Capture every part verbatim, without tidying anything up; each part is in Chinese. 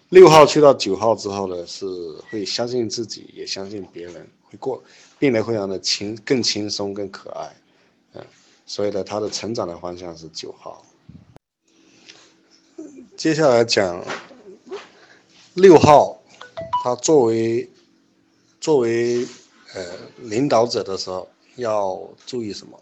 六号去到九号之后呢，是会相信自己，也相信别人，会过变得非常的轻，更轻松，更可爱。嗯，所以呢，他的成长的方向是九号。接下来讲六号，他作为作为呃领导者的时候要注意什么？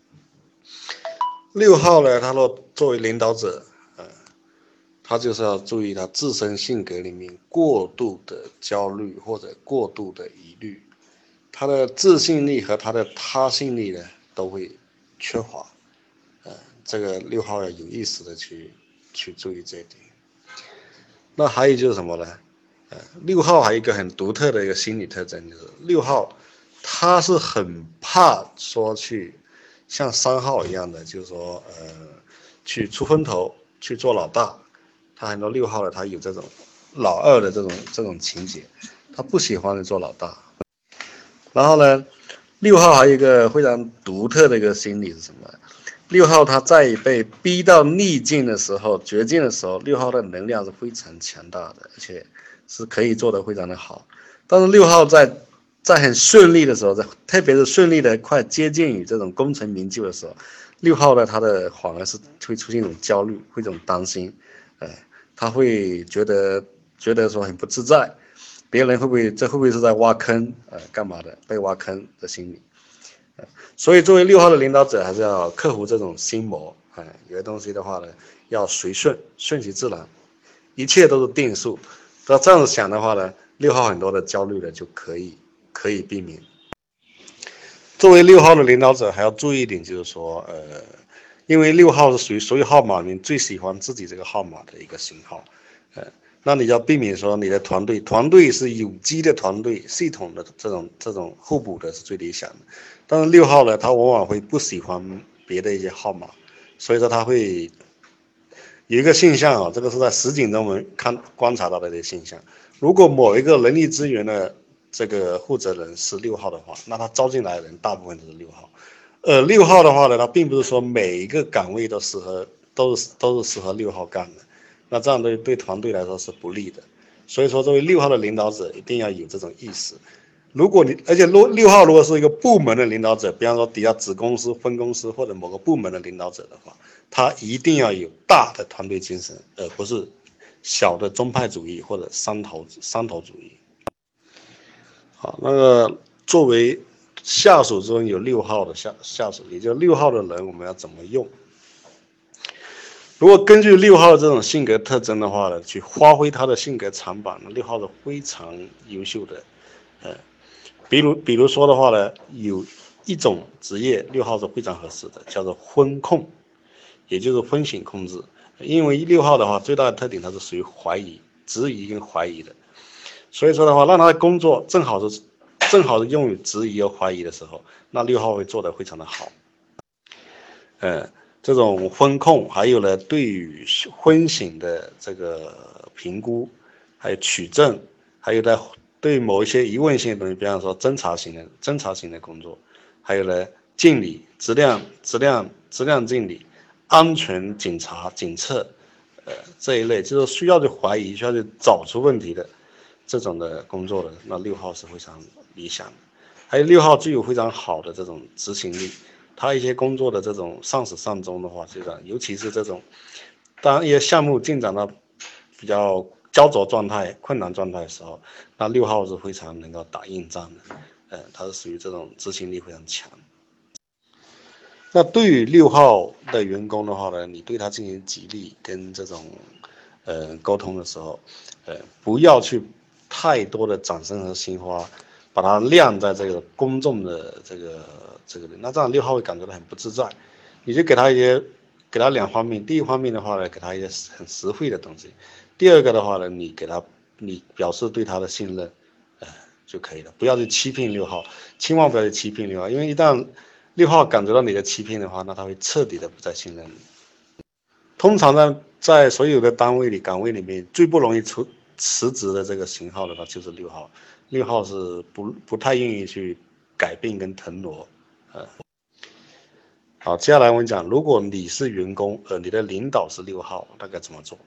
六号呢，他若作为领导者，呃，他就是要注意他自身性格里面过度的焦虑或者过度的疑虑，他的自信力和他的他信力呢都会缺乏。呃，这个六号要有意识的去去注意这一点。那还有就是什么呢？呃，六号还有一个很独特的一个心理特征，就是六号他是很怕说去像三号一样的，就是说呃去出风头，去做老大。他很多六号的他有这种老二的这种这种情节，他不喜欢做老大。然后呢，六号还有一个非常独特的一个心理是什么？六号他在被逼到逆境的时候、绝境的时候，六号的能量是非常强大的，而且是可以做得非常的好。但是六号在在很顺利的时候，在特别是顺利的快接近于这种功成名就的时候，六号呢，他的反而是会出现一种焦虑，会一种担心，呃，他会觉得觉得说很不自在，别人会不会这会不会是在挖坑，呃，干嘛的被挖坑的心理。所以作为六号的领导者，还是要克服这种心魔。哎，有些东西的话呢，要随顺，顺其自然，一切都是定数。要这样子想的话呢，六号很多的焦虑呢就可以可以避免。作为六号的领导者，还要注意一点，就是说，呃，因为六号是属于所有号码里面最喜欢自己这个号码的一个型号，呃，那你要避免说你的团队，团队是有机的团队，系统的这种这种互补的是最理想的。但是六号呢，他往往会不喜欢别的一些号码，所以说他会有一个现象啊，这个是在实景中我们看观察到的一个现象。如果某一个人力资源的这个负责人是六号的话，那他招进来的人大部分都是六号。呃，六号的话呢，他并不是说每一个岗位都适合，都是都是适合六号干的，那这样对对团队来说是不利的。所以说，作为六号的领导者，一定要有这种意识。如果你，而且六六号如果是一个部门的领导者，比方说底下子公司、分公司或者某个部门的领导者的话，他一定要有大的团队精神，而不是小的宗派主义或者山头山头主义。好，那个作为下属中有六号的下下属，也就是六号的人，我们要怎么用？如果根据六号的这种性格特征的话呢，去发挥他的性格长板，六号是非常优秀的，呃。比如，比如说的话呢，有一种职业六号是非常合适的，叫做风控，也就是风险控制。因为六号的话，最大的特点它是属于怀疑、质疑跟怀疑的，所以说的话，让他的工作正好是正好是用于质疑和怀疑的时候，那六号会做得非常的好。呃，这种风控，还有呢，对于风险的这个评估，还有取证，还有呢。对某一些疑问性的东西，比方说侦查型的侦查型的工作，还有呢敬礼、质量、质量、质量敬礼、安全检查、检测，呃这一类就是需要去怀疑、需要去找出问题的这种的工作的，那六号是非常理想的。还有六号具有非常好的这种执行力，他一些工作的这种上始善终的话，这个尤其是这种当一些项目进展到比较焦灼状态、困难状态的时候，那六号是非常能够打硬仗的，呃，他是属于这种执行力非常强。那对于六号的员工的话呢，你对他进行激励跟这种呃沟通的时候，呃，不要去太多的掌声和鲜花，把它晾在这个公众的这个这个，那这样六号会感觉到很不自在。你就给他一些，给他两方面，第一方面的话呢，给他一些很实惠的东西。第二个的话呢，你给他，你表示对他的信任，呃就可以了，不要去欺骗六号，千万不要去欺骗六号，因为一旦六号感觉到你的欺骗的话，那他会彻底的不再信任你。通常呢，在所有的单位里、岗位里面，最不容易辞辞职的这个型号的话，就是六号。六号是不不太愿意去改变跟腾挪，呃。好，接下来我跟你讲，如果你是员工，呃，你的领导是六号，那该怎么做？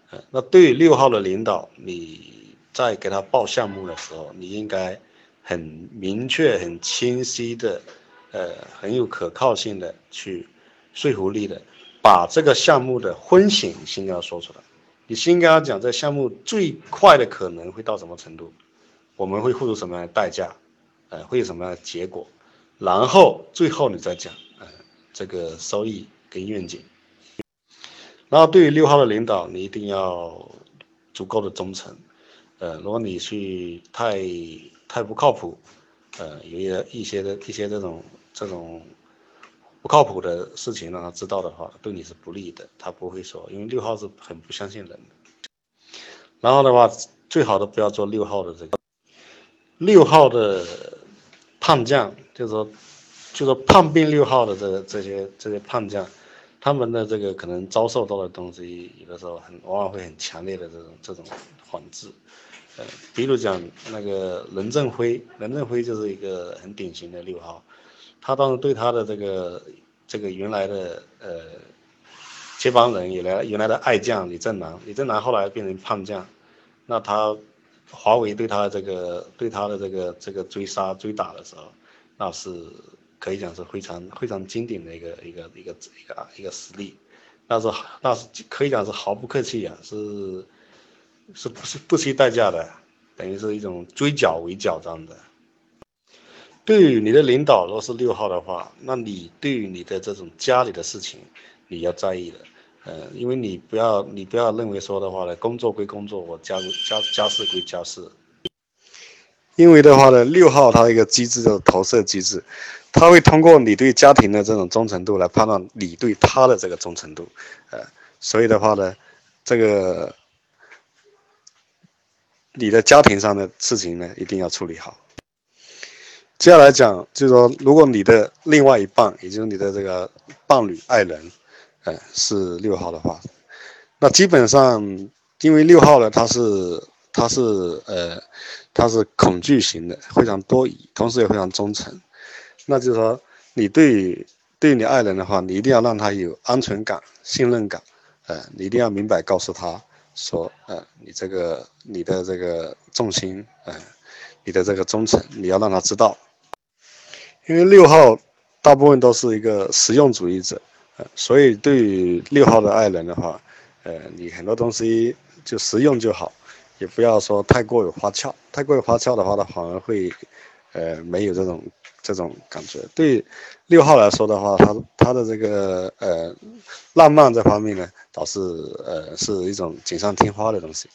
呃，那对于六号的领导，你在给他报项目的时候，你应该很明确、很清晰的，呃，很有可靠性的去说服力的，把这个项目的风险先要说出来。你先跟他讲，这项目最坏的可能会到什么程度，我们会付出什么样的代价，呃，会有什么样的结果，然后最后你再讲，呃，这个收益跟愿景。然后对于六号的领导，你一定要足够的忠诚。呃，如果你去太太不靠谱，呃，有一些一些的一些这种这种不靠谱的事情让他知道的话，对你是不利的。他不会说，因为六号是很不相信人的。然后的话，最好的不要做六号的这个六号的叛将，就是说，就是说叛变六号的这个这些这些叛将，他们的这个可能遭受到的东西，有的时候很往往会很强烈的这种这种反制。呃，比如讲那个任正非，任正非就是一个很典型的六号，他当时对他的这个这个原来的呃接班人，原来原来的爱将李正南，李正南后来变成叛将，那他华为对他的这个对他的这个这个追杀追打的时候，那是可以讲是非常非常经典的一个一个一个一个一个实例，那是那是可以讲是毫不客气啊，是是不是不惜代价的，等于是一种追剿围剿这样的。对于你的领导，如果是六号的话，那你对于你的这种家里的事情，你要在意的，呃，因为你不要你不要认为说的话呢，工作归工作，我家家家事归家事。因为的话呢，六号它一个机制就是投射机制，它会通过你对家庭的这种忠诚度来判断你对他的这个忠诚度，呃，所以的话呢，这个你的家庭上的事情呢，一定要处理好。接下来讲，就是说，如果你的另外一半，也就是你的这个伴侣、爱人，呃，是六号的话，那基本上，因为六号呢，他是他是呃，他是恐惧型的，非常多疑，同时也非常忠诚。那就是说，你对于对于你爱人的话，你一定要让他有安全感、信任感，呃，你一定要明白告诉他说，呃，你这个你的这个重心，呃，你的这个忠诚，你要让他知道。因为六号大部分都是一个实用主义者，呃，所以对于六号的爱人的话，呃，你很多东西就实用就好，也不要说太过于花俏，太过于花俏的话，它反而会，呃，没有这种这种感觉。对六号来说的话，他他的这个呃浪漫这方面呢，倒是呃是一种锦上添花的东西。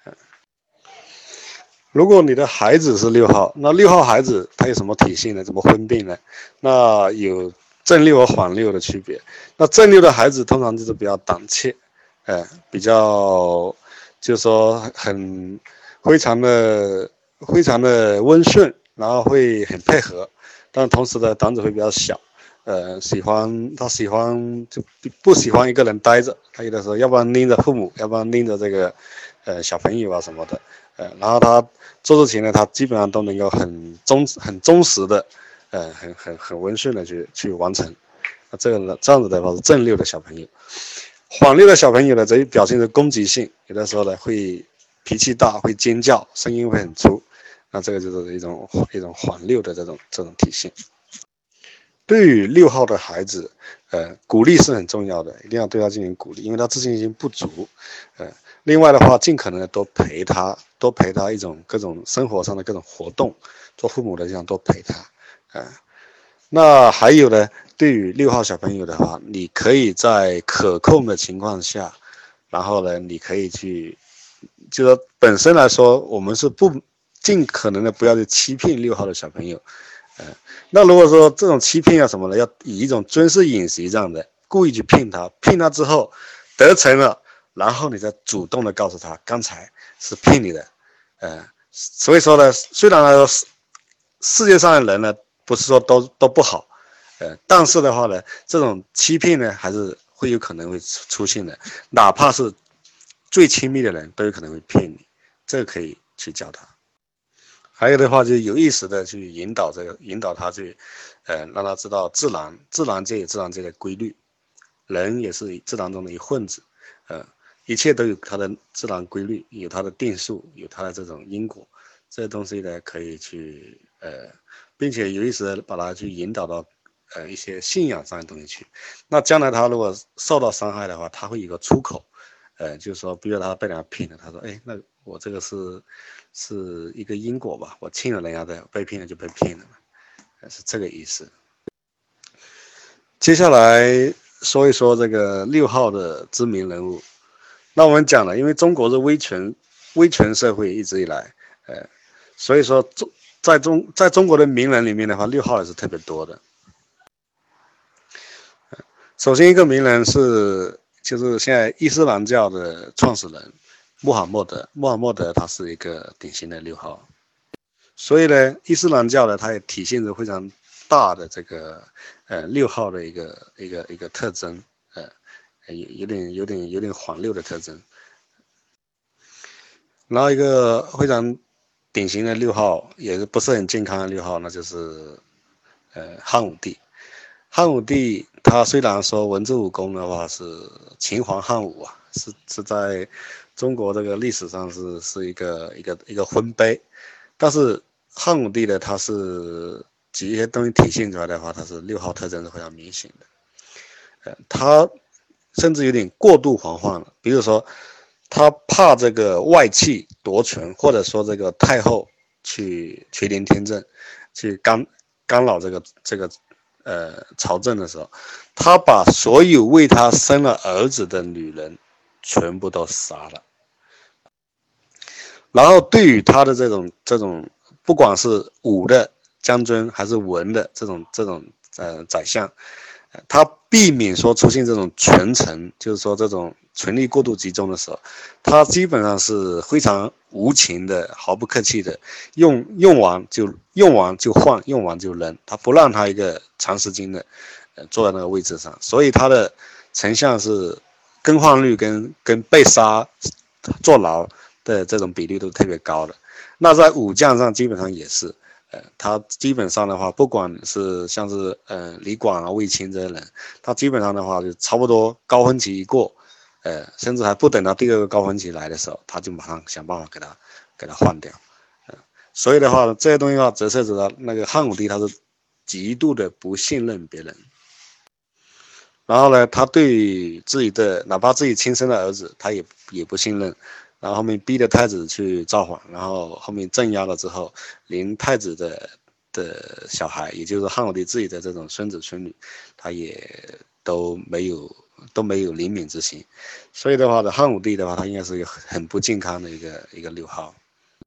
如果你的孩子是六号，那六号孩子他有什么体性呢？怎么分辨呢？那有正六和反六的区别。那正六的孩子通常就是比较胆怯，呃，比较就是说很非常的非常的温顺，然后会很配合，但同时呢胆子会比较小，呃，喜欢他喜欢就不喜欢一个人待着，他有的时候要不然拎着父母，要不然拎着这个呃小朋友啊什么的。呃，然后他做事情呢，他基本上都能够很忠很忠实的，呃，很很很温顺的去去完成。那这个呢，这样子的话是正六的小朋友，反六的小朋友呢，则表现着攻击性，有的时候呢会脾气大，会尖叫，声音会很粗。那这个就是一种一种反六的这种这种体现。对于六号的孩子，呃，鼓励是很重要的，一定要对他进行鼓励，因为他自信心不足，呃。另外的话，尽可能的多陪他，多陪他一种各种生活上的各种活动，做父母的这样多陪他，啊、呃，那还有呢，对于六号小朋友的话，你可以在可控的情况下，然后呢，你可以去，就说本身来说，我们是不尽可能的不要去欺骗六号的小朋友，呃，那如果说这种欺骗啊什么的，要以一种尊师引习这样的，故意去骗他，骗他之后得逞了。然后你再主动的告诉他，刚才是骗你的，呃，所以说呢，虽然呢，世界上的人呢，不是说都都不好，呃，但是的话呢，这种欺骗呢，还是会有可能会出现的，哪怕是最亲密的人都有可能会骗你，这个可以去教他。还有的话，就有意识的去引导这个，引导他去，呃，让他知道自然，自然界有自然界的规律，人也是自然中的一份子，呃。 一切都有它的自然规律，有它的定数，有它的这种因果，这些东西呢可以去呃，并且有意识的把它去引导到呃一些信仰上的东西去。那将来他如果受到伤害的话，他会有个出口，呃，就是说，比如他被人家骗了，他说，哎，那我这个是是一个因果吧，我欠了人家的，被骗了就被骗了，是这个意思。接下来说一说这个六号的知名人物。那我们讲了，因为中国是威权威权社会一直以来，呃，所以说中在中在中国的名人里面的话，六号也是特别多的。首先一个名人是就是现在伊斯兰教的创始人穆罕默德，穆罕默德他是一个典型的六号。所以呢，伊斯兰教呢，它也体现着非常大的这个呃六号的一个一个一个特征，呃，有有点有点有点黄六的特征。然后一个非常典型的六号，也是不是很健康的六号，那就是呃汉武帝。汉武帝他虽然说文治武功的话是秦皇汉武啊，是是在中国这个历史上是是一个一个一个婚杯。但是汉武帝呢，他是几些东西体现出来的话，他是六号特征是非常明显的。呃，他甚至有点过度狂妄了，比如说他怕这个外戚夺权，或者说这个太后去垂帘听政，去干干扰这个这个呃朝政的时候，他把所有为他生了儿子的女人全部都杀了。然后对于他的这种这种，不管是武的将军还是文的这种这种呃宰相，他避免说出现这种权臣，就是说这种权力过度集中的时候，他基本上是非常无情的，毫不客气的，用用完就用完就换，用完就扔，他不让他一个长时间的呃坐在那个位置上，所以他的丞相是更换率跟跟被杀坐牢的这种比例都特别高的。那在武将上基本上也是，呃，他基本上的话，不管是像是呃李广啊、卫青这些人，他基本上的话就差不多高峰期一过，呃，甚至还不等到第二个高峰期来的时候，他就马上想办法给他给他换掉。呃，所以的话，这些东西的话折射着到那个汉武帝他是极度的不信任别人。然后呢，他对自己的哪怕自己亲生的儿子，他也也不信任。然后后面逼着太子去造反，然后后面镇压了之后，连太子的的小孩，也就是汉武帝自己的这种孙子孙女，他也都没有都没有怜悯之心。所以的话呢，汉武帝的话，他应该是一个很不健康的一个一个六号。